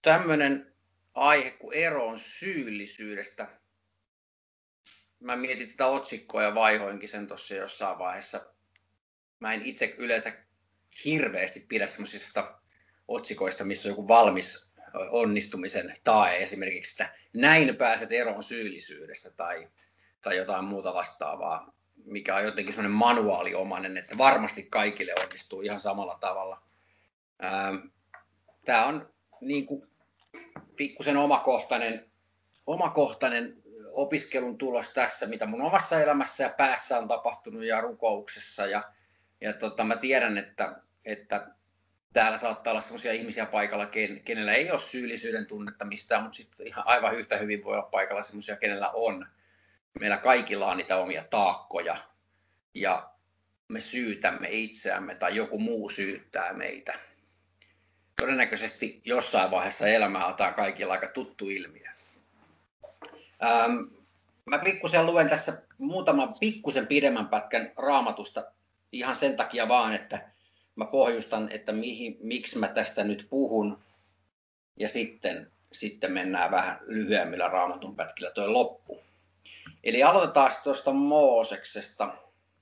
tämmöinen aihe kuin eroon syyllisyydestä. Mä mietin tätä otsikkoa ja vaihoinkin sen tuossa jossain vaiheessa. Mä en itse yleensä hirveästi pidä semmoisista otsikoista, missä on joku valmis onnistumisen tae, esimerkiksi että näin pääset eroon syyllisyydestä tai jotain muuta vastaavaa, mikä on jotenkin semmoinen manuaaliomainen, että varmasti kaikille onnistuu ihan samalla tavalla. Tämä on niin kuin pikkusen omakohtainen opiskelun tulos tässä, mitä mun omassa elämässä ja päässä on tapahtunut ja rukouksessa. Mä tiedän, että täällä saattaa olla sellaisia ihmisiä paikalla, kenellä ei ole syyllisyyden tunnetta mistään, mutta sitten ihan aivan yhtä hyvin voi olla paikalla sellaisia, kenellä on. Meillä kaikilla on niitä omia taakkoja ja me syytämme itseämme tai joku muu syyttää meitä. Todennäköisesti jossain vaiheessa elämää on tämä kaikilla aika tuttu ilmiö. Mä pikkusen luen tässä muutaman pikkusen pidemmän pätkän Raamatusta ihan sen takia vaan, että mä pohjustan, että miksi mä tästä nyt puhun. Ja sitten mennään vähän lyhyemmillä Raamatun pätkillä toi loppu. Eli aloitetaan tuosta Mooseksesta.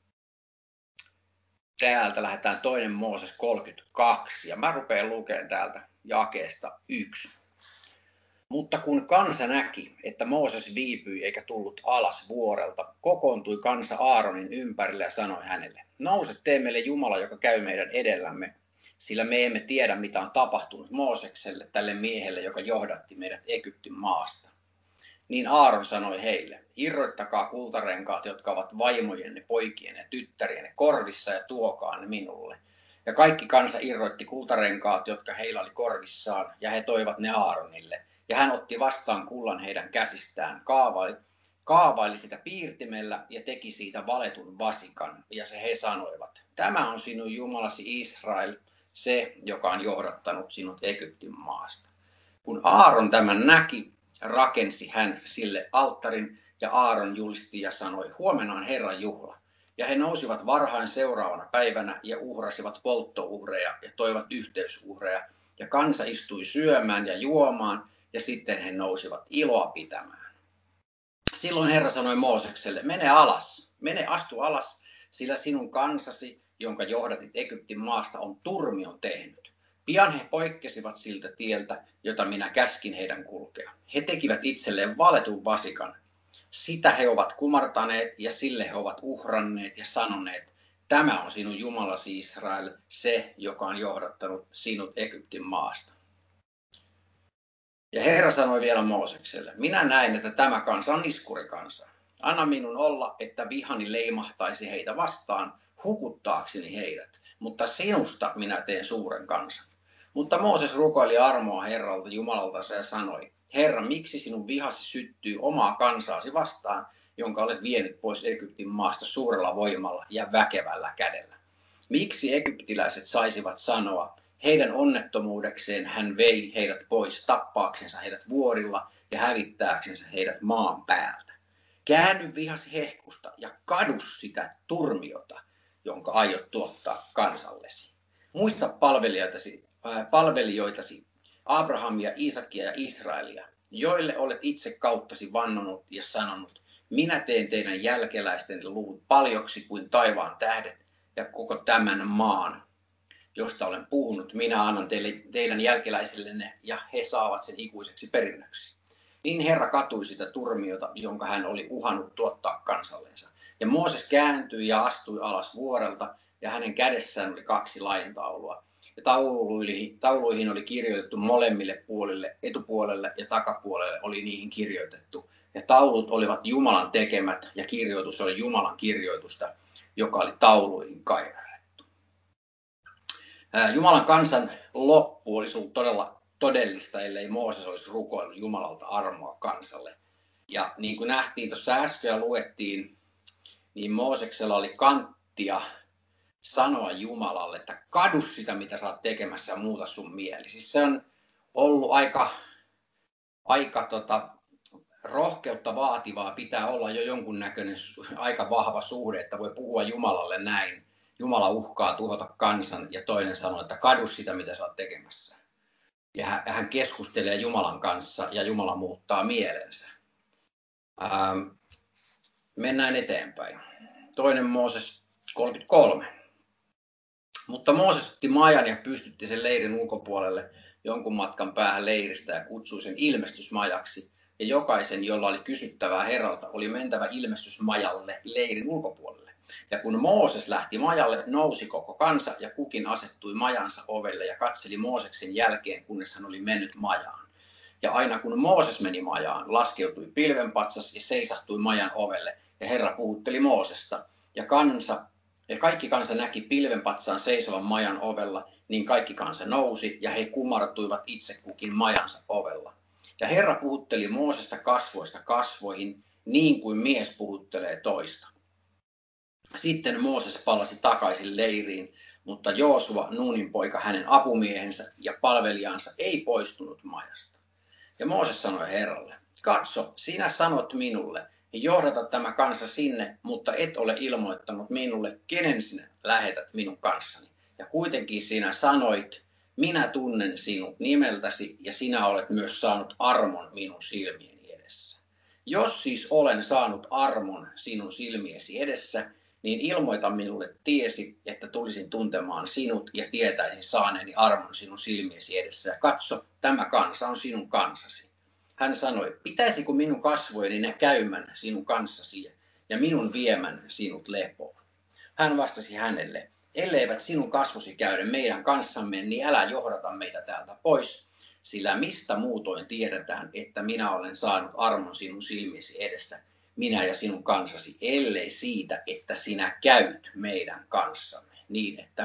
Täältä lähdetään 2. Mooses 32 ja mä rupean lukemaan täältä jakeesta 1. Mutta kun kansa näki, että Mooses viipyi eikä tullut alas vuorelta, kokoontui kansa Aaronin ympärille ja sanoi hänelle: nouse, tee meille Jumala, joka käy meidän edellämme, sillä me emme tiedä, mitä on tapahtunut Moosekselle, tälle miehelle, joka johdatti meidät Egyptin maasta. Niin Aaron sanoi heille: irroittakaa kultarenkaat, jotka ovat vaimojenne, poikien ja tyttärienne korvissa ja tuokaa ne minulle. Ja kaikki kansa irroitti kultarenkaat, jotka heillä oli korvissaan, ja he toivat ne Aaronille. Ja hän otti vastaan kullan heidän käsistään, kaavaili sitä piirtimellä ja teki siitä valetun vasikan. Ja he sanoivat: tämä on sinun Jumalasi Israel, se, joka on johdattanut sinut Egyptin maasta. Kun Aaron tämän näki, rakensi hän sille alttarin, ja Aaron julisti ja sanoi: huomenna on Herran juhla. Ja he nousivat varhain seuraavana päivänä ja uhrasivat polttouhreja ja toivat yhteysuhreja. Ja kansa istui syömään ja juomaan, ja sitten he nousivat iloa pitämään. Silloin Herra sanoi Moosekselle: astu alas, sillä sinun kansasi, jonka johdatit Egyptin maasta, on turmion tehnyt. Pian he poikkesivat siltä tieltä, jota minä käskin heidän kulkea. He tekivät itselleen valetun vasikan. Sitä he ovat kumartaneet ja sille he ovat uhranneet ja sanoneet: tämä on sinun Jumalasi Israel, se, joka on johdattanut sinut Egyptin maasta. Ja Herra sanoi vielä Moosekselle: minä näen, että tämä kansa on niskurikansa. Anna minun olla, että vihani leimahtaisi heitä vastaan, hukuttaakseni heidät, mutta sinusta minä teen suuren kansan. Mutta Mooses rukoili armoa Herralta Jumalaltansa ja sanoi: Herra, miksi sinun vihasi syttyy omaa kansaasi vastaan, jonka olet vienyt pois Egyptin maasta suurella voimalla ja väkevällä kädellä? Miksi egyptiläiset saisivat sanoa: heidän onnettomuudekseen hän vei heidät pois tappaaksensa heidät vuorilla ja hävittääksensä heidät maan päältä? Käänny vihasi hehkusta ja kadu sitä turmiota, jonka aiot tuottaa kansallesi. Muista palvelijoitasi Abrahamia, Isakia ja Israelia, joille olet itse kauttasi vannonut ja sanonut: minä teen teidän jälkeläistenne luvut paljoksi kuin taivaan tähdet, ja koko tämän maan, josta olen puhunut, minä annan teidän jälkeläisillenne, ja he saavat sen ikuiseksi perinnöksi. Niin Herra katui sitä turmiota, jonka hän oli uhannut tuottaa kansallensa. Ja Mooses kääntyi ja astui alas vuorelta, ja hänen kädessään oli 2 laintaulua. Ja tauluihin oli kirjoitettu molemmille puolille, etupuolelle ja takapuolelle oli niihin kirjoitettu. Ja taulut olivat Jumalan tekemät, ja kirjoitus oli Jumalan kirjoitusta, joka oli tauluihin kaiverrettu. Jumalan kansan loppu olisi ollut todella todellista, ellei Mooses olisi rukoillut Jumalalta armoa kansalle. Ja niin kuin nähtiin tuossa äsken ja luettiin, niin Mooseksella oli kanttia sanoa Jumalalle, että kadu sitä, mitä sä oot tekemässä ja muuta sun mieli. Siis se on ollut aika rohkeutta vaativaa, pitää olla jo jonkunnäköinen aika vahva suhde, että voi puhua Jumalalle näin. Jumala uhkaa tuhota kansan ja toinen sanoo, että kadu sitä, mitä sä oot tekemässä. Ja hän keskustelee Jumalan kanssa ja Jumala muuttaa mielensä. Mennään eteenpäin. 2. Mooses 33. Mutta Mooses otti majan ja pystytti sen leirin ulkopuolelle jonkun matkan päähän leiristä ja kutsui sen ilmestysmajaksi. Ja jokaisen, jolla oli kysyttävää Herralta, oli mentävä ilmestysmajalle leirin ulkopuolelle. Ja kun Mooses lähti majalle, nousi koko kansa ja kukin asettui majansa ovelle ja katseli Mooseksen jälkeen, kunnes hän oli mennyt majaan. Ja aina kun Mooses meni majaan, laskeutui pilvenpatsas ja seisahtui majan ovelle. Ja Herra puhutteli Moosesta. Ja kaikki kansa näki pilvenpatsaan seisovan majan ovella, niin kaikki kansa nousi ja he kumartuivat itse kukin majansa ovella. Ja Herra puhutteli Moosesta kasvoista kasvoihin, niin kuin mies puhuttelee toista. Sitten Mooses palasi takaisin leiriin, mutta Joosua, Nuunin poika, hänen apumiehensä ja palvelijansa ei poistunut majasta. Ja Mooses sanoi Herralle, katso, sinä sanot minulle, johdata tämä kansa sinne, mutta et ole ilmoittanut minulle, kenen sinä lähetät minun kanssani. Ja kuitenkin sinä sanoit, minä tunnen sinut nimeltäsi ja sinä olet myös saanut armon minun silmieni edessä. Jos siis olen saanut armon sinun silmiesi edessä, niin ilmoita minulle tiesi, että tulisin tuntemaan sinut ja tietäisin saaneeni armon sinun silmiesi edessä. Ja katso, tämä kansa on sinun kansasi. Hän sanoi, pitäisikö minun kasvojeni käymän sinun kanssasi ja minun viemän sinut lepoon? Hän vastasi hänelle, elleivät sinun kasvosi käydä meidän kanssamme, niin älä johdata meitä täältä pois, sillä mistä muutoin tiedetään, että minä olen saanut armon sinun silmiesi edessä, minä ja sinun kansasi, ellei siitä, että sinä käyt meidän kanssamme, niin että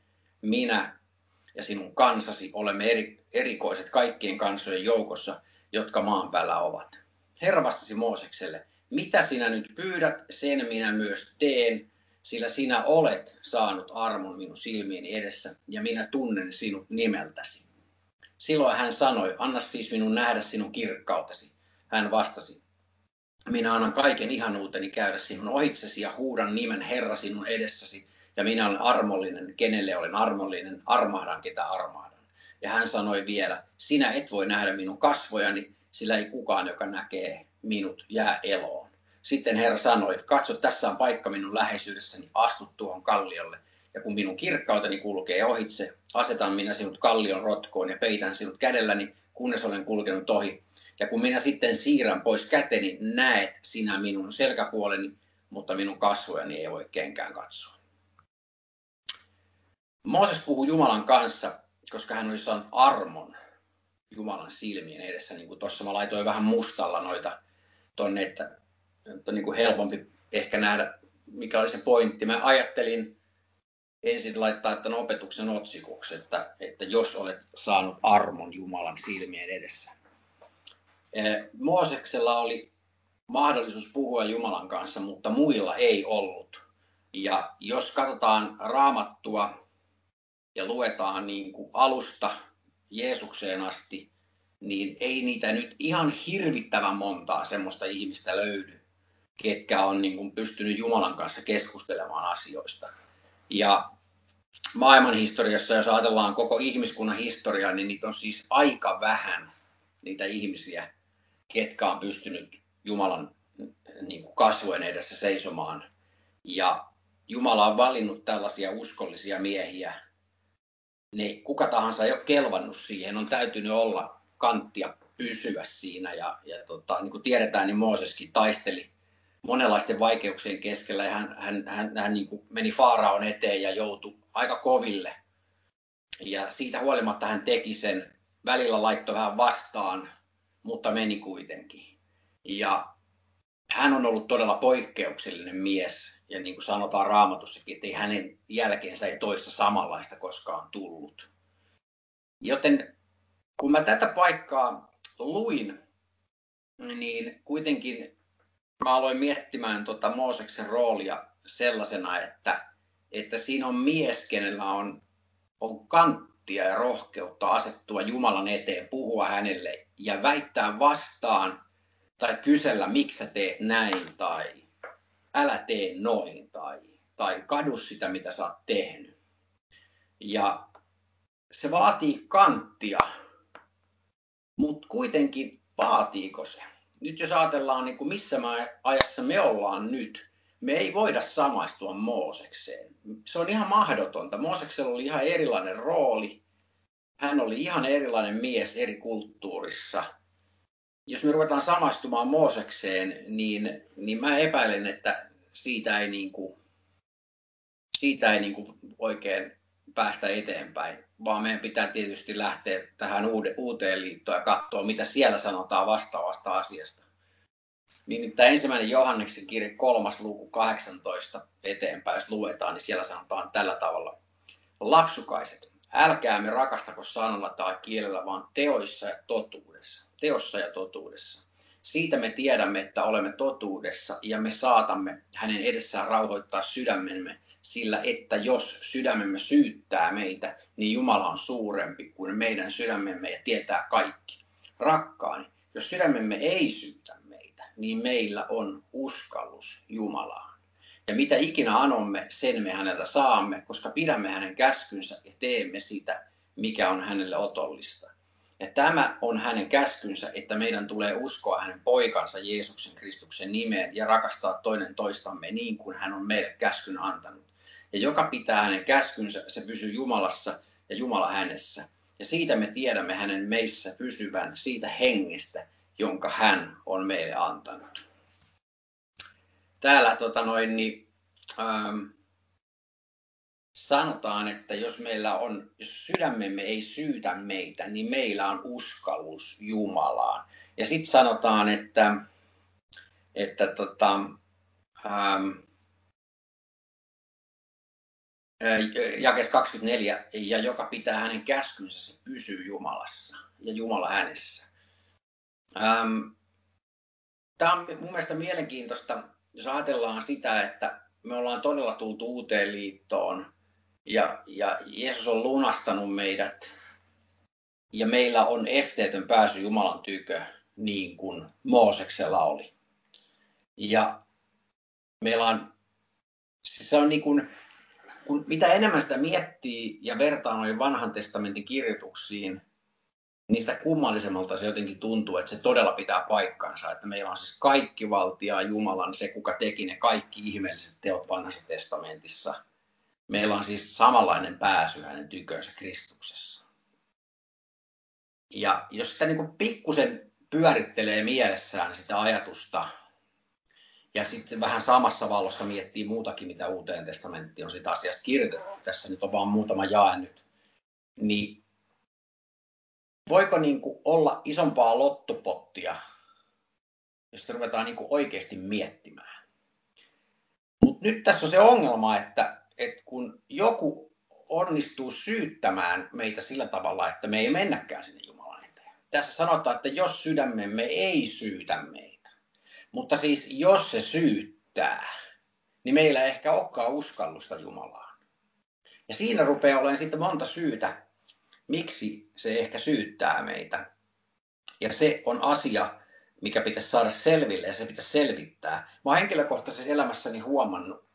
minä ja sinun kansasi olemme erikoiset kaikkien kansojen joukossa, jotka maan päällä ovat. Herra vastasi Moosekselle, mitä sinä nyt pyydät, sen minä myös teen, sillä sinä olet saanut armon minun silmieni edessä, ja minä tunnen sinut nimeltäsi. Silloin hän sanoi, anna siis minun nähdä sinun kirkkautesi. Hän vastasi, minä annan kaiken ihanuuteni käydä sinun ohitsesi ja huudan nimen Herra sinun edessäsi, ja minä olen armollinen, kenelle olen armollinen, armahdan ketä armahdan. Ja hän sanoi vielä, sinä et voi nähdä minun kasvojani, sillä ei kukaan, joka näkee minut, jää eloon. Sitten Herra sanoi, katso, tässä on paikka minun läheisyydessäni, astu tuohon kalliolle. Ja kun minun kirkkauteni kulkee ohitse, asetan minä sinut kallion rotkoon ja peitän sinut kädelläni, kunnes olen kulkenut ohi. Ja kun minä sitten siirrän pois käteni, näet sinä minun selkäpuoleni, mutta minun kasvojani ei voi kenkään katsoa. Mooses puhui Jumalan kanssa, koska hän oli saanut armon Jumalan silmien edessä. Niin kuin tuossa mä laitoin vähän mustalla noita tonne, että on niin kuin helpompi ehkä nähdä, mikä oli se pointti. Mä ajattelin ensin laittaa tämän opetuksen otsikoksi, että jos olet saanut armon Jumalan silmien edessä. Mooseksella oli mahdollisuus puhua Jumalan kanssa, mutta muilla ei ollut. Ja jos katsotaan Raamattua ja luetaan niin kuin alusta Jeesukseen asti, niin ei niitä nyt ihan hirvittävän montaa semmoista ihmistä löydy, ketkä on niin kuin pystynyt Jumalan kanssa keskustelemaan asioista. Ja maailman historiassa, jos ajatellaan koko ihmiskunnan historiaa, niin niitä on siis aika vähän niitä ihmisiä, ketkä on pystynyt Jumalan niin kuin kasvojen edessä seisomaan. Ja Jumala on valinnut tällaisia uskollisia miehiä. Kuka tahansa ei ole kelvannut siihen, on täytynyt olla kanttia pysyä siinä. Ja niin kuin tiedetään, niin Mooseskin taisteli monenlaisten vaikeuksien keskellä. Ja hän niin kuin meni Faaraon eteen ja joutui aika koville. Ja siitä huolimatta hän teki sen, välillä laittoi vähän vastaan, mutta meni kuitenkin. Ja hän on ollut todella poikkeuksellinen mies, ja niin kuin sanotaan Raamatussakin, että ei hänen jälkeensä ei toista samanlaista koskaan tullut. Joten kun mä tätä paikkaa luin, niin kuitenkin mä aloin miettimään Mooseksen roolia sellaisena, että siinä on mies, kenellä on kanttia ja rohkeutta asettua Jumalan eteen, puhua hänelle ja väittää vastaan tai kysellä, miksi sä teet näin tai älä tee noin tai kadu sitä, mitä sä oot tehnyt. Ja se vaatii kanttia Mutta kuitenkin vaatiiko se? Nyt jos ajatellaan, niin kuin missä ajassa me ollaan nyt, me ei voida samaistua Moosekseen. Se on ihan mahdotonta. Mooseksella oli ihan erilainen rooli. Hän oli ihan erilainen mies eri kulttuurissa. Jos me ruvetaan samaistumaan Moosekseen, niin mä epäilen, että siitä ei oikein päästä eteenpäin, vaan meidän pitää tietysti lähteä tähän uuteen liittoon ja katsoa, mitä siellä sanotaan vastaavasta asiasta. Nimittäin 1. Johanneksen kirje 3. luku 18 eteenpäin, jos luetaan, niin siellä sanotaan tällä tavalla. Lapsukaiset, älkäämme rakastako sanalla tai kielellä, vaan teoissa ja totuudessa. Teossa ja totuudessa. Siitä me tiedämme, että olemme totuudessa ja me saatamme hänen edessään rauhoittaa sydämemme, sillä että jos sydämemme syyttää meitä, niin Jumala on suurempi kuin meidän sydämemme ja tietää kaikki. Rakkaani, jos sydämemme ei syytä meitä, niin meillä on uskallus Jumalaan. Ja mitä ikinä anomme, sen me häneltä saamme, koska pidämme hänen käskynsä ja teemme sitä, mikä on hänelle otollista. Ja tämä on hänen käskynsä, että meidän tulee uskoa hänen poikansa Jeesuksen Kristuksen nimeen ja rakastaa toinen toistamme niin kuin hän on meille käskyn antanut. Ja joka pitää hänen käskynsä, se pysyy Jumalassa ja Jumala hänessä. Ja siitä me tiedämme hänen meissä pysyvän, siitä hengestä, jonka hän on meille antanut. Täällä sanotaan, että jos sydämemme ei syytä meitä, niin meillä on uskallus Jumalaan. Ja sitten sanotaan, että jakeessa 24, ja joka pitää hänen käskynsä, se pysyy Jumalassa ja Jumala hänessä. Tämä on mun mielestä mielenkiintoista, jos ajatellaan sitä, että me ollaan todella tultu uuteen liittoon ja Jeesus on lunastanut meidät ja meillä on esteetön pääsy Jumalan tykö niin kuin Mooseksella oli. Ja meillä on, se on niin kuin, kun mitä enemmän sitä miettii ja vertaa noin vanhan testamentin kirjoituksiin, niin sitä kummallisemmalta se jotenkin tuntuu, että se todella pitää paikkansa, että meillä on siis kaikki valtia Jumalan, se kuka teki ne kaikki ihmeelliset teot vanhassa testamentissa. Meillä on siis samanlainen pääsy hänen tykönsä Kristuksessa. Ja jos sitä niin kuin pikkusen pyörittelee mielessään sitä ajatusta, ja sitten vähän samassa valossa miettii muutakin, mitä Uuteen testamenttiin on siitä asiasta kirjoitettu, tässä nyt on vaan muutama jae nyt, niin voiko niin kuin olla isompaa lottopottia, jos ruvetaan niin kuin oikeasti miettimään. Mutta nyt tässä on se ongelma, että kun joku onnistuu syyttämään meitä sillä tavalla, että me ei mennäkään sinne Jumalan eteen. Tässä sanotaan, että jos sydämemme ei syytä meitä, mutta siis jos se syyttää, niin meillä ei ehkä olekaan uskallusta Jumalaan. Ja siinä rupeaa olemaan sitten monta syytä, miksi se ehkä syyttää meitä. Ja se on asia, mikä pitäisi saada selville ja se pitäisi selvittää. Mä oon henkilökohtaisessa elämässäni huomannut,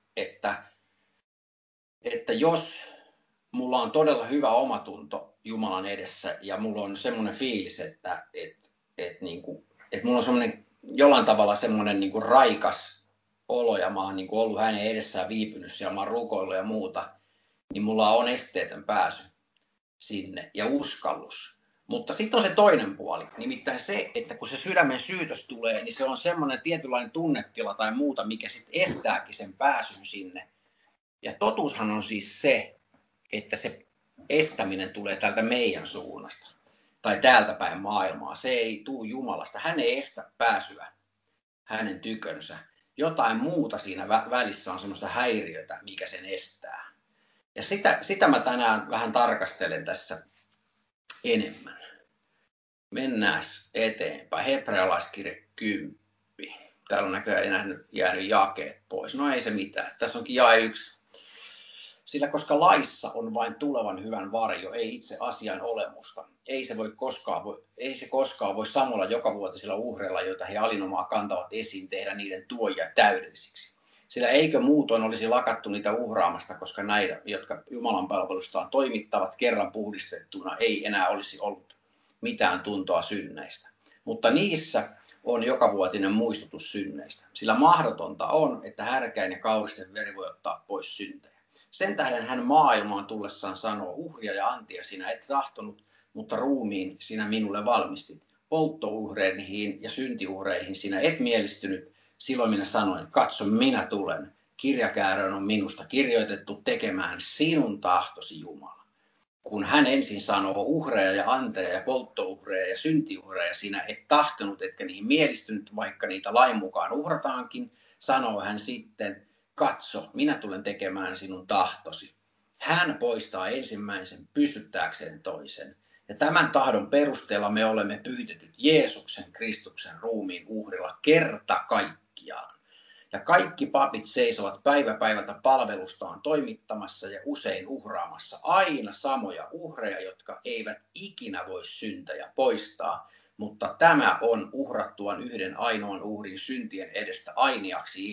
että jos mulla on todella hyvä omatunto Jumalan edessä ja mulla on semmoinen fiilis, että mulla on semmoinen jollain tavalla semmoinen niin kuin raikas olo ja mä oon niin kuin ollut hänen edessään viipynyt ja mä oon rukoillut ja muuta, niin mulla on esteetön pääsy sinne ja uskallus. Mutta sitten on se toinen puoli, nimittäin se, että kun se sydämen syytös tulee, niin se on semmoinen tietynlainen tunnetila tai muuta, mikä sitten estääkin sen pääsyn sinne. Ja totuushan on siis se, että se estäminen tulee täältä meidän suunnasta tai täältä päin maailmaa. Se ei tule Jumalasta. Hän ei estä pääsyä hänen tykönsä. Jotain muuta siinä välissä on semmoista häiriötä, mikä sen estää. Ja sitä mä tänään vähän tarkastelen tässä enemmän. Mennään eteenpäin. Hebrealaiskirje 10. Täällä on näköjään jäänyt jakeet pois. No ei se mitään. Tässä onkin jae 1. Sillä koska laissa on vain tulevan hyvän varjo, ei itse asian olemusta. Ei se koskaan voi samalla jokavuotisilla uhreilla, joita he alinomaa kantavat esiin, tehdä niiden tuojia täydellisiksi. Sillä eikö muutoin olisi lakattu niitä uhraamasta, koska näitä, jotka Jumalan palvelustaan toimittavat kerran puhdistettuna, ei enää olisi ollut mitään tuntoa synneistä. Mutta niissä on jokavuotinen muistutus synneistä. Sillä mahdotonta on, että härkäin ja kauristen veri voi ottaa pois syntejä. Sen tähden hän maailmaan tullessaan sanoo, uhria ja antia sinä et tahtonut, mutta ruumiin sinä minulle valmistit. Polttouhreihin ja syntiuhreihin sinä et mielistynyt. Silloin minä sanoin, katso minä tulen. Kirjakäärön on minusta kirjoitettu tekemään sinun tahtosi Jumala. Kun hän ensin sanoo uhreja ja anteja ja polttouhreja ja syntiuhreja sinä et tahtonut etkä niihin mielistynyt, vaikka niitä lain mukaan uhrataankin, sanoo hän sitten, katso, minä tulen tekemään sinun tahtosi. Hän poistaa ensimmäisen pystyttääkseen toisen. Ja tämän tahdon perusteella me olemme pyhitetyt Jeesuksen Kristuksen ruumiin uhrilla kerta kaikkiaan. Ja kaikki papit seisovat päivä päivältä palvelustaan toimittamassa ja usein uhraamassa aina samoja uhreja, jotka eivät ikinä voi syntejä poistaa. Mutta tämä on uhrattuaan yhden ainoan uhrin syntien edestä ainiaksi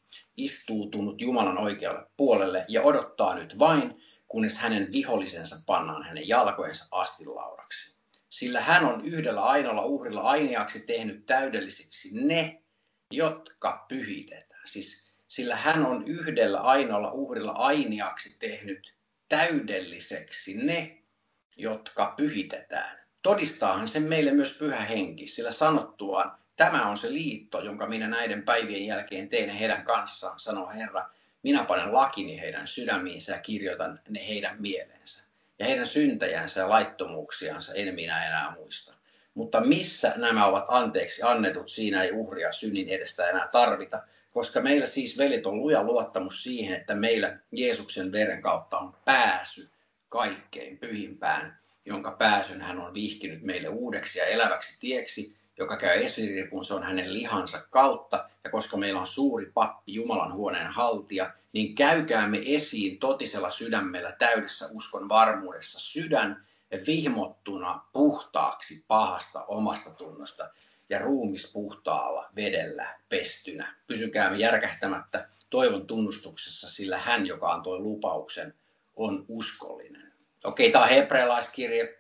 istuutunut Jumalan oikealle puolelle ja odottaa nyt vain, kunnes hänen vihollisensa pannaan hänen jalkojensa astilauraksi. Sillä hän on yhdellä ainoalla uhrilla ainiaksi tehnyt täydellisiksi ne, jotka pyhitetään. Siis, sillä hän on yhdellä ainoalla uhrilla ainiaksi tehnyt täydelliseksi ne, jotka pyhitetään. Todistaahan sen meille myös Pyhä Henki, sillä sanottuaan, tämä on se liitto, jonka minä näiden päivien jälkeen teen heidän kanssaan, sanoo Herra, minä panen lakini heidän sydämiinsä ja kirjoitan ne heidän mieleensä. Ja heidän syntejänsä ja laittomuuksiansa en minä enää muista. Mutta missä nämä ovat anteeksi annetut, siinä ei uhria synnin edestä enää tarvita, koska meillä siis, veljet, on luja luottamus siihen, että meillä Jeesuksen veren kautta on pääsy kaikkein pyhimpään, jonka pääsyn hän on vihkinyt meille uudeksi ja eläväksi tieksi, joka käy esiriipun, se on hänen lihansa kautta, ja koska meillä on suuri pappi, Jumalan huoneen haltija, niin käykäämme esiin totisella sydämellä täydessä uskon varmuudessa sydän vihmottuna puhtaaksi pahasta omasta tunnosta ja ruumis puhtaalla vedellä pestynä. Pysykäämme järkähtämättä toivon tunnustuksessa, sillä hän, joka antoi lupauksen, on uskollinen. Okei, tämä on hebrealaiskirje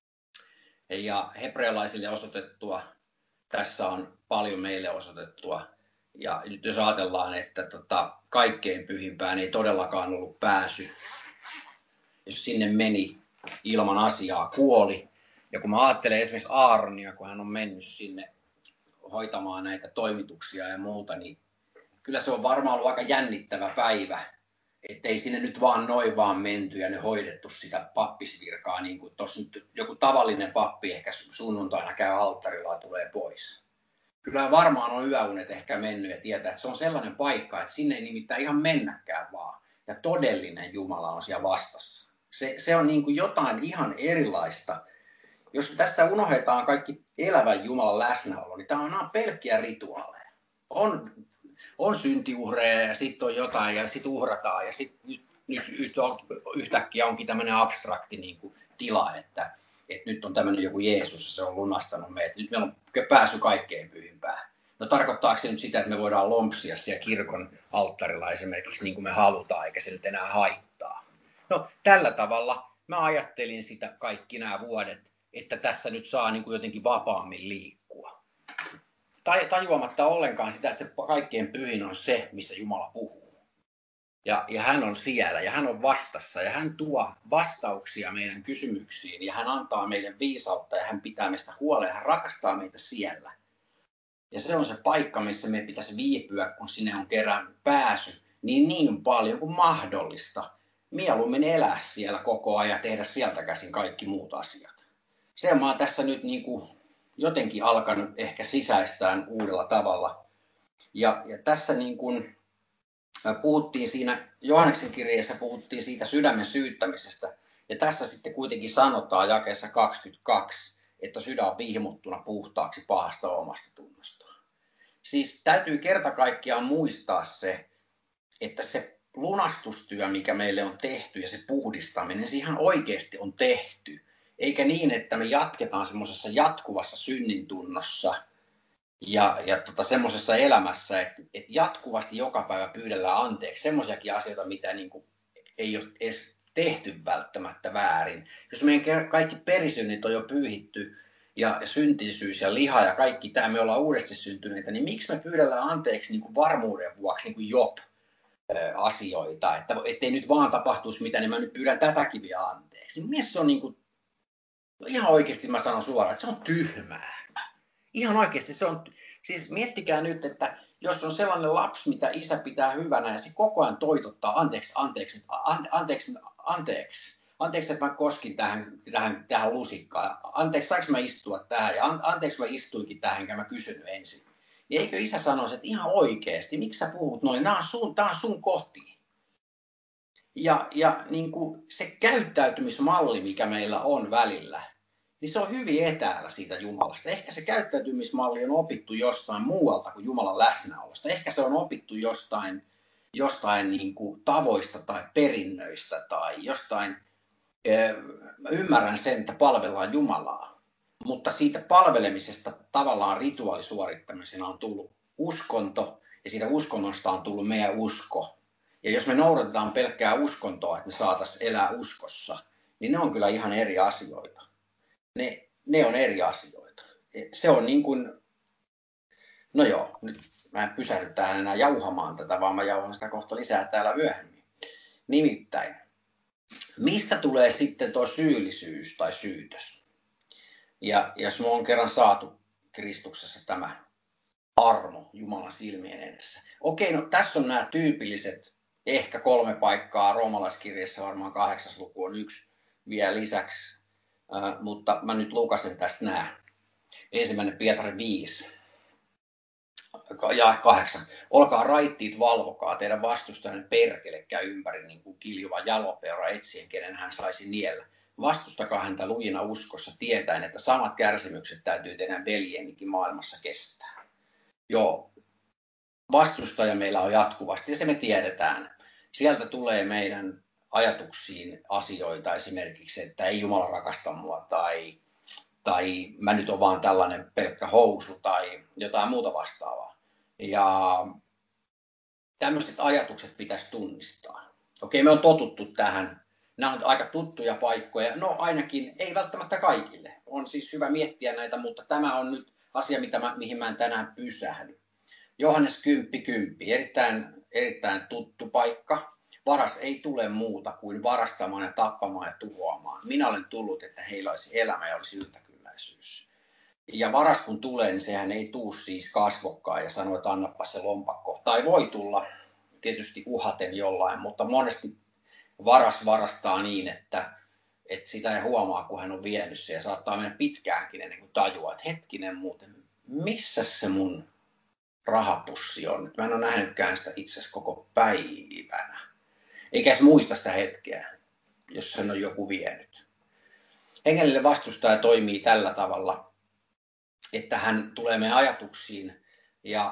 ja hebrealaisille osoitettua. Tässä on paljon meille osoitettua. Ja nyt jos ajatellaan, että kaikkein pyhimpään ei todellakaan ollut pääsy, jos sinne meni ilman asiaa, kuoli. Ja kun mä ajattelen esimerkiksi Aaronia, kun hän on mennyt sinne hoitamaan näitä toimituksia ja muuta, niin kyllä se on varmaan ollut aika jännittävä päivä, ettei sinne nyt noin vaan menty ja ne hoidettu sitä pappisvirkaa, niin kuin tuossa nyt joku tavallinen pappi ehkä sunnuntaina käy alttarilla ja tulee pois. Kyllä varmaan on yöunet ehkä mennyt ja tietää, että se on sellainen paikka, että sinne ei nimittäin ihan mennäkään vaan. Ja todellinen Jumala on siellä vastassa. Se on niin kuin jotain ihan erilaista. Jos tässä unohdetaan kaikki elävän Jumalan läsnäolo, niin tämä on pelkkiä rituaaleja. On syntiuhreja ja sitten on jotain ja sitten uhrataan ja sitten nyt yhtäkkiä onkin tämmöinen abstrakti niin kuin tila, että nyt on tämmöinen joku Jeesus ja se on lunastanut meidät. Nyt meillä on pääsy kaikkein pyhimpään. No tarkoittaako se nyt sitä, että me voidaan lompsia siellä kirkon alttarilla esimerkiksi niin kuin me halutaan, eikä se nyt enää haittaa? No tällä tavalla mä ajattelin sitä kaikki nämä vuodet, että tässä nyt saa niin kuin jotenkin vapaammin liikkua. Tajuamatta ollenkaan sitä, että se kaikkein pyhin on se, missä Jumala puhuu. Ja hän on siellä ja hän on vastassa ja hän tuo vastauksia meidän kysymyksiin ja hän antaa meille viisautta ja hän pitää meistä huolen ja hän rakastaa meitä siellä. Ja se on se paikka, missä me pitäisi viipyä, kun sinne on kerran pääsy niin paljon kuin mahdollista. Mieluummin elää siellä koko ajan ja tehdä sieltä käsin kaikki muut asiat. Se mä oon tässä nyt niin kuin jotenkin alkanut ehkä sisäistään uudella tavalla. Ja tässä niin kuin puhuttiin siinä Johanneksen kirjeessä, puhuttiin siitä sydämen syyttämisestä. Ja tässä sitten kuitenkin sanotaan jakeessa 22, että sydän on vihmuttuna puhtaaksi pahasta omasta tunnostaan. Siis täytyy kerta kaikkiaan muistaa se, että se lunastustyö, mikä meille on tehty ja se puhdistaminen, se ihan oikeasti on tehty. Eikä niin, että me jatketaan semmoisessa jatkuvassa synnintunnossa ja semmoisessa elämässä, että jatkuvasti joka päivä pyydellään anteeksi semmoisiakin asioita, mitä niin kuin ei ole edes tehty välttämättä väärin. Jos meidän kaikki perisynnit on jo pyyhitty ja syntisyys ja liha ja kaikki tämä, me ollaan uudesti syntyneitä, niin miksi me pyydellään anteeksi niin kuin varmuuden vuoksi, niin kuin Job, asioita, että ettei nyt vaan tapahtuisi mitään, niin mä nyt pyydän tätäkin vielä anteeksi. Mies se on niin kuin, ihan oikeasti mä sanon suoraan, että se on tyhmää. Ihan oikeasti se on, siis miettikää nyt, että jos on sellainen lapsi, mitä isä pitää hyvänä ja se koko ajan toitottaa, anteeksi, että mä koskin tähän lusikkaan, anteeksi, saanko mä istua tähän, ja anteeksi mä istuinkin tähän, enkä mä kysynyt ensin. Niin eikö isä sanoisi, että ihan oikeasti, miksi sä puhut noin, tää on sun koti. Ja niin kuin se käyttäytymismalli, mikä meillä on välillä, niin se on hyvin etäällä siitä Jumalasta. Ehkä se käyttäytymismalli on opittu jostain muualta kuin Jumalan läsnäolosta. Ehkä se on opittu jostain niin kuin tavoista tai perinnöistä tai jostain. Mä ymmärrän sen, että palvellaan Jumalaa, mutta siitä palvelemisesta tavallaan rituaalisuorittamisena on tullut uskonto ja siitä uskonnosta on tullut meidän usko. Ja jos me noudatetaan pelkkää uskontoa, että me saataisiin elää uskossa, niin ne on kyllä ihan eri asioita. Ne on eri asioita. Se on niin kuin, no joo, nyt mä en pysähdy tähän enää jauhamaan tätä, vaan mä jauhan sitä kohta lisää täällä myöhemmin. Nimittäin, mistä tulee sitten tuo syyllisyys tai syytös? Ja jos me on kerran saatu Kristuksessa tämä armo Jumalan silmien edessä. Okei, no tässä on nämä tyypilliset ehkä 3 paikkaa, roomalaiskirjassa varmaan 8. luku on 1 vielä lisäksi. Mutta mä nyt lukasen tästä nämä. 1. Pietari 5, ja 8. Olkaa raittiit, valvokaa, teidän vastustajanne perkele käy ympäri niin kuin kiljuva jalopeura etsien, kenen hän saisi niellä. Vastustakaa häntä lujina uskossa tietäen, että samat kärsimykset täytyy teidän veljennikin maailmassa kestää. Joo, vastustaja meillä on jatkuvasti ja se me tiedetään. Sieltä tulee meidän ajatuksiin asioita esimerkiksi, että ei Jumala rakasta mua tai mä nyt on vaan tällainen pelkkä housu tai jotain muuta vastaavaa. Ja tämmöiset ajatukset pitäisi tunnistaa. Okei, me on totuttu tähän. Nämä on aika tuttuja paikkoja. No ainakin, ei välttämättä kaikille. On siis hyvä miettiä näitä, mutta tämä on nyt asia, mihin mä en tänään pysähdy. Johannes 10.10. Erittäin tuttu paikka. Varas ei tule muuta kuin varastamaan ja tappamaan ja tuhoamaan. Minä olen tullut, että heillä olisi elämä ja olisi yltäkylläisyys. Ja varas kun tulee, niin sehän ei tuu siis kasvokkaan ja sano, että annapa se lompakko. Tai voi tulla tietysti uhaten jollain, mutta monesti varas varastaa niin, että sitä ei huomaa, kun hän on vienyt se. Ja saattaa mennä pitkäänkin ennen kuin tajuaa, että hetkinen muuten, missä se mun rahapussi on? Nyt mä en ole nähnytkään sitä itse asiassa koko päivänä. Eikä edes muista sitä hetkeä, jos sen on joku vienyt. Hengellinen vastustaja toimii tällä tavalla, että hän tulee meidän ajatuksiin ja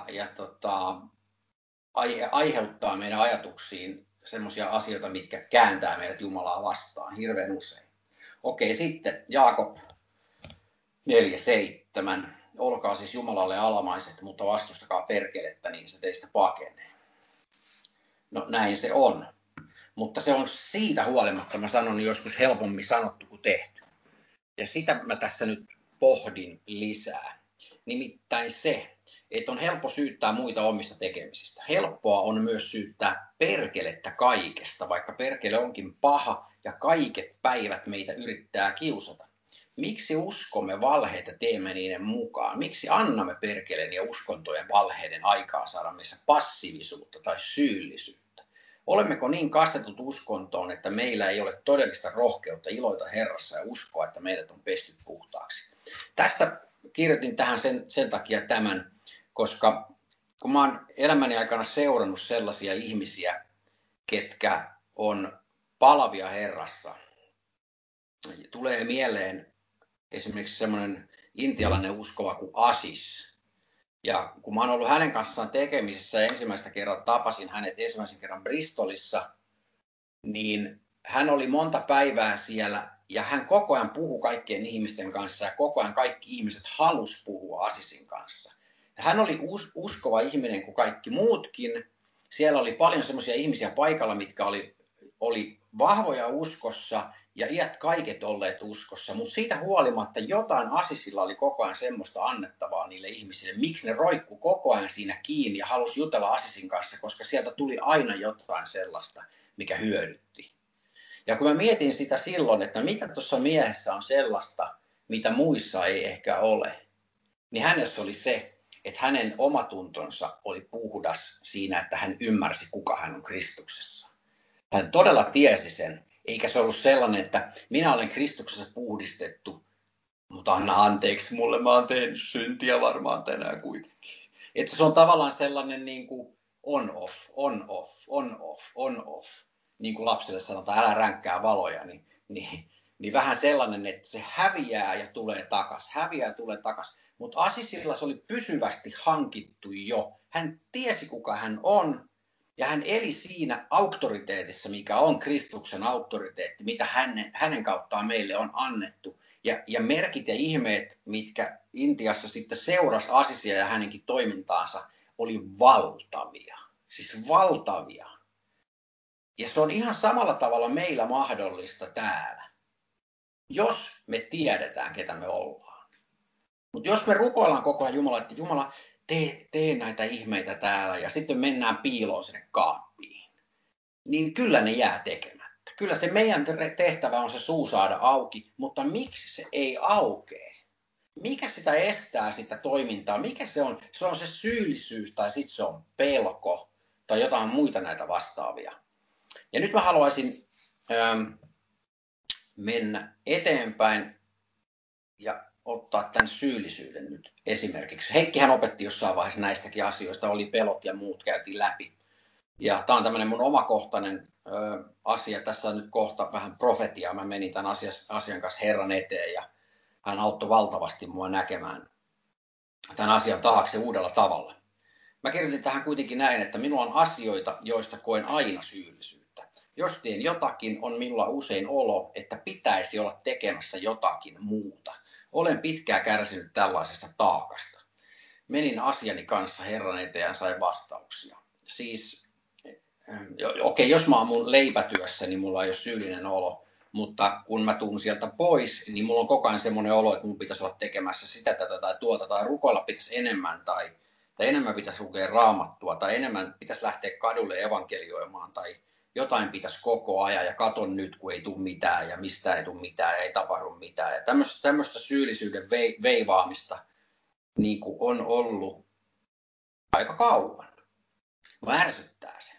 aiheuttaa meidän ajatuksiin semmoisia asioita, mitkä kääntää meidät Jumalaa vastaan hirveän usein. Okei, sitten Jaakob 4.7. Olkaa siis Jumalalle alamaiset, mutta vastustakaa perkelettä, niin se teistä pakenee. No näin se on. Mutta se on siitä huolimatta, mä sanon joskus helpommin sanottu kuin tehty. Ja sitä mä tässä nyt pohdin lisää. Nimittäin se, että on helppo syyttää muita omista tekemisistä. Helppoa on myös syyttää perkelettä kaikesta, vaikka perkele onkin paha ja kaiket päivät meitä yrittää kiusata. Miksi uskomme valheita teemme niiden mukaan? Miksi annamme perkeleen ja uskontojen valheiden aikaa saada meissä passiivisuutta tai syyllisyyttä? Olemmeko niin kastetut uskontoon, että meillä ei ole todellista rohkeutta iloita Herrassa ja uskoa, että meidät on pesty puhtaaksi? Tästä kirjoitin tähän sen takia tämän, koska kun mä oon elämäni aikana seurannut sellaisia ihmisiä, ketkä on palavia Herrassa, tulee mieleen esimerkiksi semmoinen intialainen uskova kuin Asis. Ja kun mä oon ollut hänen kanssaan tekemisissä ja ensimmäistä kerran tapasin hänet ensimmäisen kerran Bristolissa, niin hän oli monta päivää siellä ja hän koko ajan puhui kaikkien ihmisten kanssa ja koko ajan kaikki ihmiset halusi puhua Asisin kanssa. Hän oli uskova ihminen kuin kaikki muutkin. Siellä oli paljon semmoisia ihmisiä paikalla, mitkä oli vahvoja uskossa ja iät kaiket olleet uskossa, mutta siitä huolimatta jotain Assisilla oli koko ajan semmoista annettavaa niille ihmisille. Miksi ne roikkuu koko ajan siinä kiinni ja halusi jutella Assisin kanssa, koska sieltä tuli aina jotain sellaista, mikä hyödytti. Ja kun mä mietin sitä silloin, että mitä tuossa miehessä on sellaista, mitä muissa ei ehkä ole, niin hänessä oli se, että hänen omatuntonsa oli puhdas siinä, että hän ymmärsi, kuka hän on Kristuksessa. Hän todella tiesi sen, eikä se ollut sellainen, että minä olen Kristuksessa puhdistettu, mutta anna anteeksi mulle, mä oon tehnyt syntiä varmaan tänään kuitenkin. Että se on tavallaan sellainen niin kuin on-off, on-off, on-off, on-off. Niin kuin lapsille sanotaan, älä ränkkää valoja, niin vähän sellainen, että se häviää ja tulee takas, häviää ja tulee takas. Mutta Assisilla se oli pysyvästi hankittu jo. Hän tiesi, kuka hän on, ja hän eli siinä auktoriteetissa, mikä on Kristuksen auktoriteetti, mitä hänen kauttaan meille on annettu. Ja merkit ja ihmeet, mitkä Intiassa sitten seurasi Assisia ja hänenkin toimintaansa, oli valtavia. Siis valtavia. Ja se on ihan samalla tavalla meillä mahdollista täällä, jos me tiedetään, ketä me ollaan. Mutta jos me rukoillaan koko ajan Jumala, että Jumala, tee näitä ihmeitä täällä, ja sitten mennään piiloon sinne kaappiin, niin kyllä ne jää tekemättä. Kyllä se meidän tehtävä on se suu saada auki, mutta miksi se ei aukee? Mikä sitä estää sitä toimintaa? Mikä se on? Se on se syyllisyys tai sitten se on pelko tai jotain muita näitä vastaavia. Ja nyt mä haluaisin mennä eteenpäin ja ottaa tämän syyllisyyden nyt esimerkiksi. Heikkihän opetti jossain vaiheessa näistäkin asioista, oli pelot ja muut, käytiin läpi. Ja tämä on tämmöinen mun omakohtainen asia. Tässä on nyt kohta vähän profetiaa. Mä menin tämän asian kanssa Herran eteen ja hän auttoi valtavasti mua näkemään tämän asian taakse uudella tavalla. Mä kirjoitin tähän kuitenkin näin, että minulla on asioita, joista koen aina syyllisyyttä. Jos teen jotakin, on minulla usein olo, että pitäisi olla tekemässä jotakin muuta. Olen pitkään kärsinyt tällaisesta taakasta. Menin asiani kanssa Herran eteen ja sain vastauksia. Siis, okei, jos mä oon mun leipätyössä, niin mulla ei ole syyllinen olo. Mutta kun mä tuun sieltä pois, niin mulla on koko ajan semmoinen olo, että mun pitäisi olla tekemässä sitä, tätä tai tuota, tai rukoilla pitäisi enemmän, tai enemmän pitäisi lukea Raamattua, tai enemmän pitäisi lähteä kadulle evankelioimaan, tai jotain pitäisi koko ajan, ja katon nyt, kun ei tule mitään, ja mistään ei tule mitään, ja ei tapahdu mitään. Ja tämmöistä syyllisyyden veivaamista niin kuin on ollut aika kauan. Mä ärsyttää se.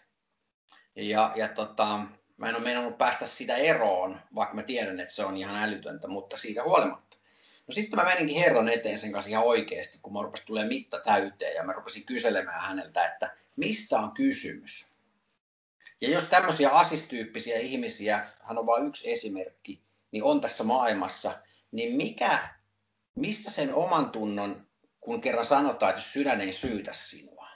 Mä en ole meinannut päästä sitä eroon, vaikka mä tiedän, että se on ihan älytöntä, mutta siitä huolimatta. No sitten mä meninkin Herran eteen sen kanssa ihan oikeasti, kun mä rupesin tulemaan mitta täyteen ja mä rupesin kyselemään häneltä, että mistä on kysymys. Ja jos tämmöisiä asistyyppisiä ihmisiä, hän on vain yksi esimerkki, niin on tässä maailmassa, niin mistä sen oman tunnon, kun kerran sanotaan, että jos sydän ei syytä sinua,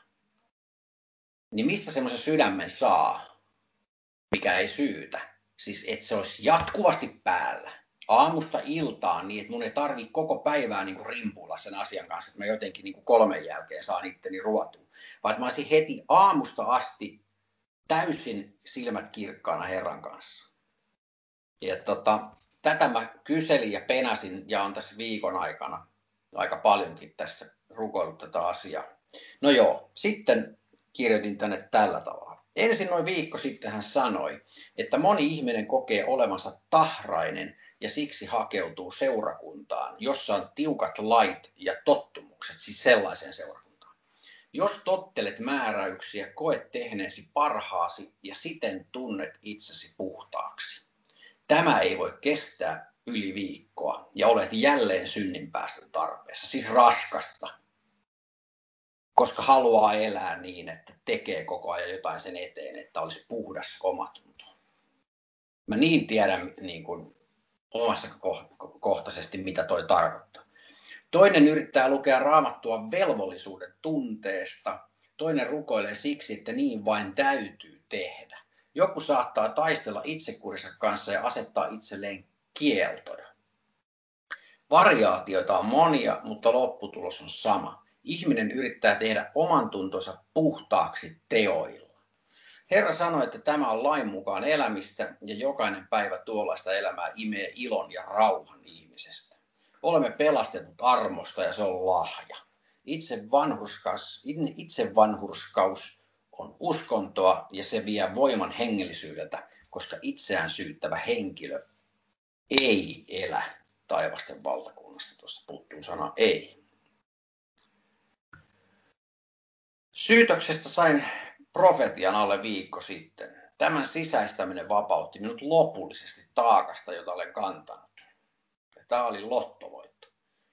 niin mistä semmoisen sydämen saa, mikä ei syytä? Siis että se olisi jatkuvasti päällä, aamusta iltaan, niin että mun ei tarvitse koko päivää niin kuin rimpuilla sen asian kanssa, että mä jotenkin niin kuin 3 jälkeen saan itteni ruotuun. Vaan että mä olisin heti aamusta asti täysin silmät kirkkaana Herran kanssa. Ja tätä mä kyselin ja penasin ja on tässä viikon aikana aika paljonkin tässä rukoillut tätä asiaa. No joo, sitten kirjoitin tänne tällä tavalla. Ensin noin viikko sitten hän sanoi, että moni ihminen kokee olevansa tahrainen ja siksi hakeutuu seurakuntaan, jossa on tiukat lait ja tottumukset, siis sellaiseen seurakuntaan. Jos tottelet määräyksiä, koet tehneesi parhaasi ja siten tunnet itsesi puhtaaksi. Tämä ei voi kestää yli viikkoa ja olet jälleen synninpäästön tarpeessa, siis raskasta. Koska haluaa elää niin, että tekee koko ajan jotain sen eteen, että olisi puhdas omatunto. Mä niin tiedän niin kuin omassa kohtaisesti, mitä toi tarkoittaa. Toinen yrittää lukea Raamattua velvollisuuden tunteesta. Toinen rukoilee siksi, että niin vain täytyy tehdä. Joku saattaa taistella itsekurinsa kanssa ja asettaa itselleen kieltoja. Variaatioita on monia, mutta lopputulos on sama. Ihminen yrittää tehdä oman tuntonsa puhtaaksi teoilla. Herra sanoi, että tämä on lain mukaan elämistä ja jokainen päivä tuollaista elämää imee ilon ja rauhan ihmisestä. Olemme pelastetut armosta ja se on lahja. Itsevanhurskaus on uskontoa ja se vie voiman hengellisyydeltä, koska itseään syyttävä henkilö ei elä taivasten valtakunnassa. Tuossa puuttuu sana ei. Syytöksestä sain profetian alle viikko sitten. Tämän sisäistäminen vapautti minut lopullisesti taakasta, jota olen kantanut. Tämä oli lottovoitto.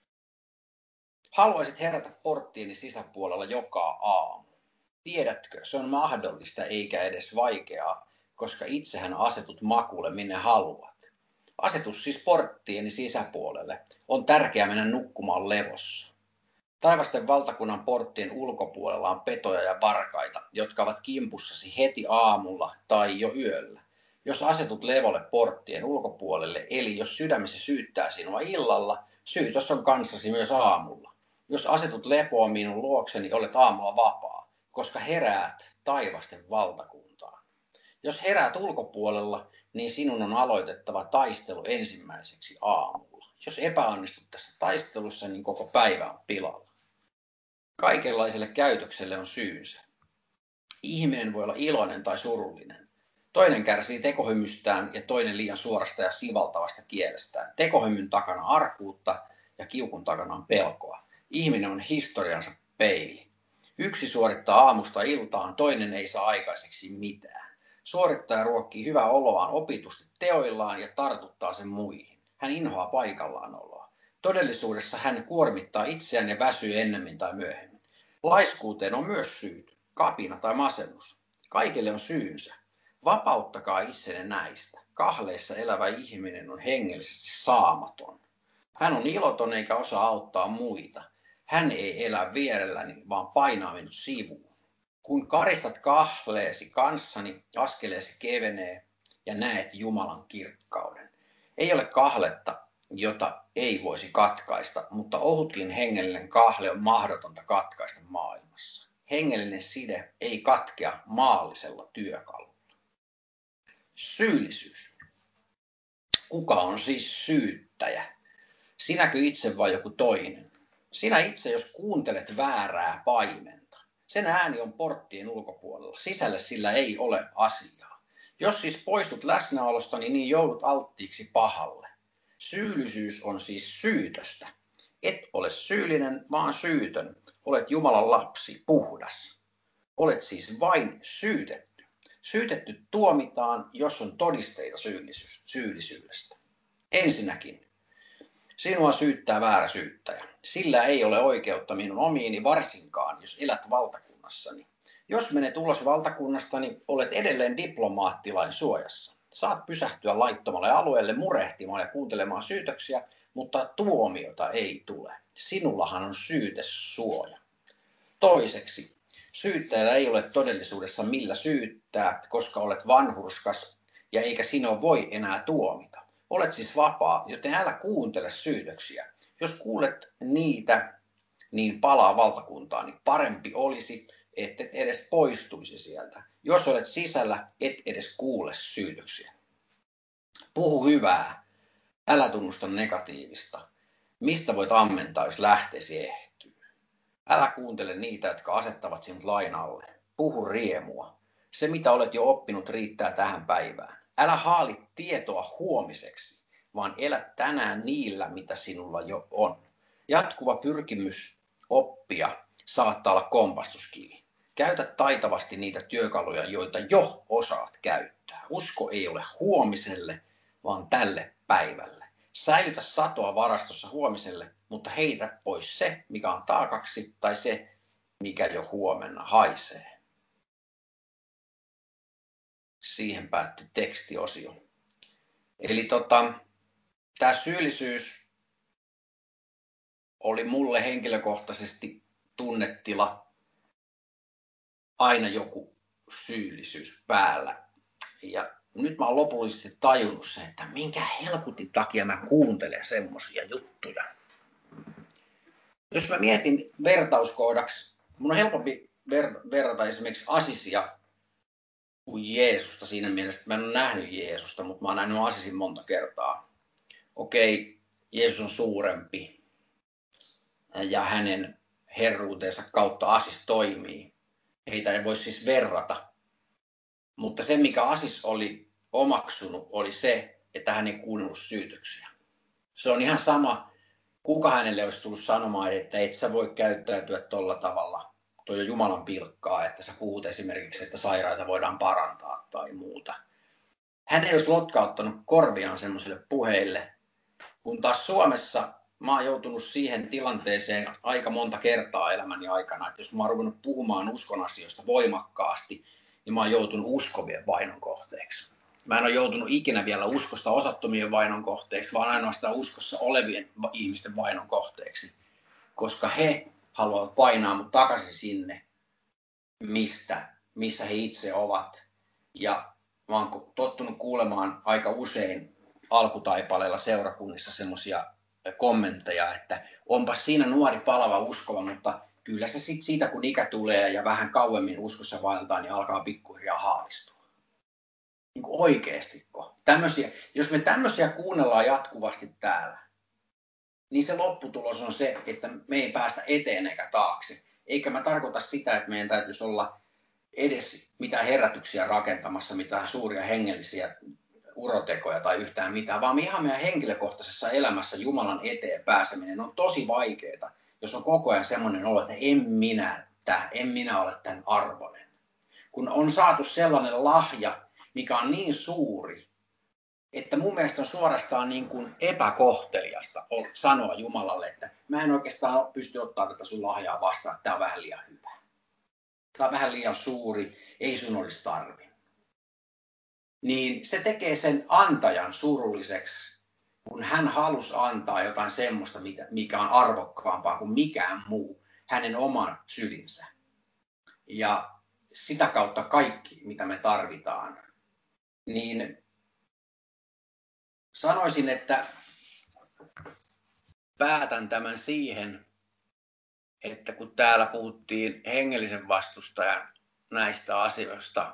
Haluaisit herätä porttiini sisäpuolella joka aamu. Tiedätkö, se on mahdollista eikä edes vaikeaa, koska itsehän asetut makuulle minne haluat. Asetus siis porttiini sisäpuolelle. On tärkeää mennä nukkumaan levossa. Taivasten valtakunnan porttien ulkopuolella on petoja ja varkaita, jotka ovat kimpussasi heti aamulla tai jo yöllä. Jos asetut levolle porttien ulkopuolelle, eli jos sydämesi syyttää sinua illalla, syytös on kanssasi myös aamulla. Jos asetut lepoon minun luokseni, olet aamulla vapaa, koska heräät taivasten valtakuntaan. Jos heräät ulkopuolella, niin sinun on aloitettava taistelu ensimmäiseksi aamulla. Jos epäonnistut tässä taistelussa, niin koko päivä on pilalla. Kaikenlaiselle käytökselle on syynsä. Ihminen voi olla iloinen tai surullinen. Toinen kärsii tekohymystään ja toinen liian suorasta ja sivaltavasta kielestään. Tekohymyn takana arkuutta ja kiukun takana on pelkoa. Ihminen on historiansa peili. Yksi suorittaa aamusta iltaan, toinen ei saa aikaiseksi mitään. Suorittaja ruokkii hyvää oloaan opitusti teoillaan ja tartuttaa sen muihin. Hän inhoaa paikallaanoloa. Todellisuudessa hän kuormittaa itseään ja väsyy ennemmin tai myöhemmin. Laiskuuteen on myös syyt, kapina tai masennus. Kaikille on syynsä. Vapauttakaa itsenne näistä. Kahleissa elävä ihminen on hengellisesti saamaton. Hän on iloton eikä osaa auttaa muita. Hän ei elä vierelläni, vaan painaa minut sivuun. Kun karistat kahleesi kanssani, askeleesi kevenee ja näet Jumalan kirkkauden. Ei ole kahletta, jota ei voisi katkaista, mutta ohutkin hengellinen kahle on mahdotonta katkaista maailmassa. Hengellinen side ei katkea maallisella työkalulla. Syyllisyys. Kuka on siis syyttäjä? Sinäkö itse vai joku toinen? Sinä itse, jos kuuntelet väärää paimenta. Sen ääni on porttien ulkopuolella. Sisälle sillä ei ole asiaa. Jos siis poistut läsnäolostani, niin joudut alttiiksi pahalle. Syyllisyys on siis syytöstä. Et ole syyllinen, vaan syytön. Olet Jumalan lapsi, puhdas. Olet siis vain syytetty. Syytetty tuomitaan, jos on todisteita syyllisyydestä. Ensinnäkin, sinua syyttää väärä syyttäjä. Sillä ei ole oikeutta minun omiini varsinkaan, jos elät valtakunnassani. Jos menet ulos valtakunnastani, olet edelleen diplomaattilain suojassa. Saat pysähtyä laittomalle alueelle murehtimaan ja kuuntelemaan syytöksiä, mutta tuomiota ei tule. Sinullahan on syytesuoja. Toiseksi, syyttäjällä ei ole todellisuudessa millä syyttää, koska olet vanhurskas ja eikä sinua voi enää tuomita. Olet siis vapaa, joten älä kuuntele syytöksiä. Jos kuulet niitä, niin palaa valtakuntaan, niin parempi olisi, et edes poistuisi sieltä. Jos olet sisällä, et edes kuule syytöksiä. Puhu hyvää, älä tunnusta negatiivista. Mistä voit ammentaa, jos lähteesi ehtyy? Älä kuuntele niitä, jotka asettavat sinut lain alle. Puhu riemua. Se, mitä olet jo oppinut, riittää tähän päivään. Älä haali tietoa huomiseksi, vaan elä tänään niillä, mitä sinulla jo on. Jatkuva pyrkimys oppia saattaa olla kompastuskivi. Käytä taitavasti niitä työkaluja, joita jo osaat käyttää. Usko ei ole huomiselle, vaan tälle päivälle. Säilytä satoa varastossa huomiselle, mutta heitä pois se, mikä on taakaksi, tai se, mikä jo huomenna haisee. Siihen päättyi tekstiosio. Eli tämä syyllisyys oli mulle henkilökohtaisesti tunnetila, aina joku syyllisyys päällä. Ja nyt mä oon lopullisesti tajunnut sen, että minkä helkutin takia mä kuuntelen semmosia juttuja. Jos mä mietin vertauskohdaksi, mun on helpompi verrata esimerkiksi Asisia kuin Jeesusta siinä mielessä, että mä en ole nähnyt Jeesusta, mutta mä oon nähnyt Asisin monta kertaa. Okei, Jeesus on suurempi ja hänen herruutensa kautta Asis toimii. Heitä ei voi siis verrata. Mutta se, mikä Asis oli omaksunut, oli se, että hän ei kuunnellut syytöksiä. Se on ihan sama, kuka hänelle olisi tullut sanomaan, että et sä voi käyttäytyä tolla tavalla. Tuo on Jumalan pilkkaa, että sä puhut esimerkiksi, että sairaita voidaan parantaa tai muuta. Hän ei olisi lotkauttanut korviaan semmoisille puheille, kun taas Suomessa mä oon joutunut siihen tilanteeseen aika monta kertaa elämäni aikana, että jos mä oon ruvennut puhumaan uskon asioista voimakkaasti, niin mä oon joutunut uskovien vainon kohteeksi. Mä en ole joutunut ikinä vielä uskosta osattomien vainon kohteeksi, vaan ainoastaan uskossa olevien ihmisten vainon kohteeksi, koska he haluavat painaa mut takaisin sinne, missä he itse ovat. Ja mä oon tottunut kuulemaan aika usein alkutaipaleilla seurakunnissa semmoisia kommentteja, että onpa siinä nuori palava uskova, mutta kyllä se sitten siitä, kun ikä tulee ja vähän kauemmin uskossa vaeltaa, niin alkaa pikkuhiljaa haavistua. Niin kuin oikeastiko? Jos me tämmöisiä kuunnellaan jatkuvasti täällä, niin se lopputulos on se, että me ei päästä eteen eikä taakse. Eikä mä tarkoita sitä, että meidän täytyisi olla edes mitään herätyksiä rakentamassa, mitään suuria hengellisiä urotekoja tai yhtään mitään, vaan ihan meidän henkilökohtaisessa elämässä Jumalan eteen pääseminen on tosi vaikeaa, jos on koko ajan semmoinen olo, että en minä ole tämän arvoinen. Kun on saatu sellainen lahja, mikä on niin suuri, että mun mielestä on suorastaan niin kuin epäkohteliasta sanoa Jumalalle, että mä en oikeastaan pysty ottaa tätä sun lahjaa vastaan, että tää on vähän liian hyvä. Tää on vähän liian suuri, ei sun olisi tarvinnut. Niin se tekee sen antajan surulliseksi, kun hän halusi antaa jotain semmoista, mikä on arvokkaampaa kuin mikään muu, hänen oman sylinsä. Ja sitä kautta kaikki, mitä me tarvitaan. Niin sanoisin, että päätän tämän siihen, että kun täällä puhuttiin hengellisen vastustajan näistä asioista,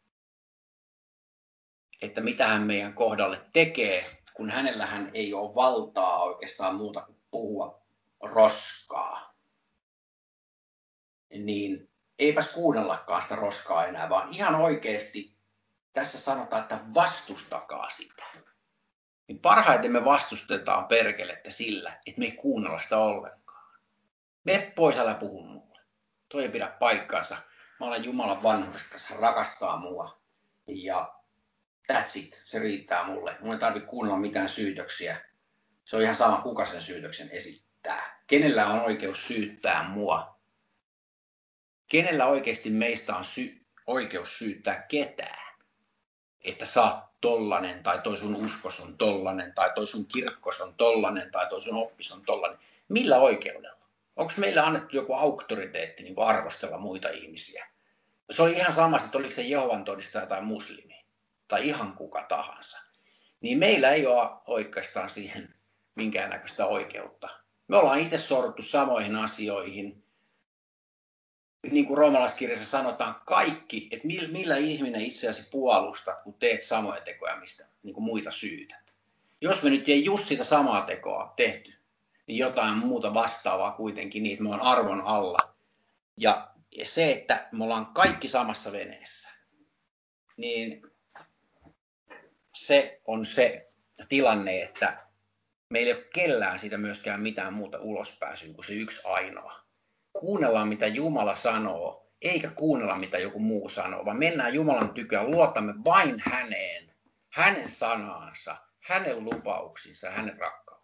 että mitä hän meidän kohdalle tekee, kun hänellähän ei ole valtaa oikeastaan muuta kuin puhua roskaa, niin eipäs kuunnellakaan sitä roskaa enää, vaan ihan oikeasti tässä sanotaan, että vastustakaa sitä. Niin parhaiten me vastustetaan perkelettä sillä, että me ei kuunnella sitä ollenkaan. Mene pois, älä puhu mulle. Toi ei pidä paikkaansa. Mä olen Jumalan vanhurskas, hän rakastaa mua. Ja that's it, se riittää mulle. Mun ei tarvitse kuunnella mitään syytöksiä. Se on ihan sama, kuka sen syytöksen esittää. Kenellä on oikeus syyttää mua? Kenellä oikeasti meistä on oikeus syyttää ketään? Että sä oot tollanen, tai toi sun uskos on tollanen, tai toi sun kirkkos on tollanen, tai toi sun oppis on tollanen. Millä oikeudella? Onko meille annettu joku auktoriteetti niin kuin arvostella muita ihmisiä? Se oli ihan sama, että oliko se Jehovan todistaja tai muslimi, tai ihan kuka tahansa. Niin meillä ei ole oikeastaan siihen minkäännäköistä oikeutta. Me ollaan itse sorruttu samoihin asioihin. Niin kuin roomalaiskirjassa sanotaan, kaikki, että millä ihminen itseäsi puolustat, kun teet samoja tekoja, mistä niin kuin muita syytät. Jos me nyt ei just sitä samaa tekoa tehty, niin jotain muuta vastaavaa kuitenkin, niin että me on arvon alla. Ja se, että me ollaan kaikki samassa veneessä, niin se on se tilanne, että meillä ei ole kellään siitä myöskään mitään muuta ulospääsyä kuin se yksi ainoa. Kuunnellaan, mitä Jumala sanoo, eikä kuunnella, mitä joku muu sanoo, vaan mennään Jumalan tykö, luotamme vain häneen, hänen sanaansa, hänen lupauksiinsa ja hänen rakkautensa.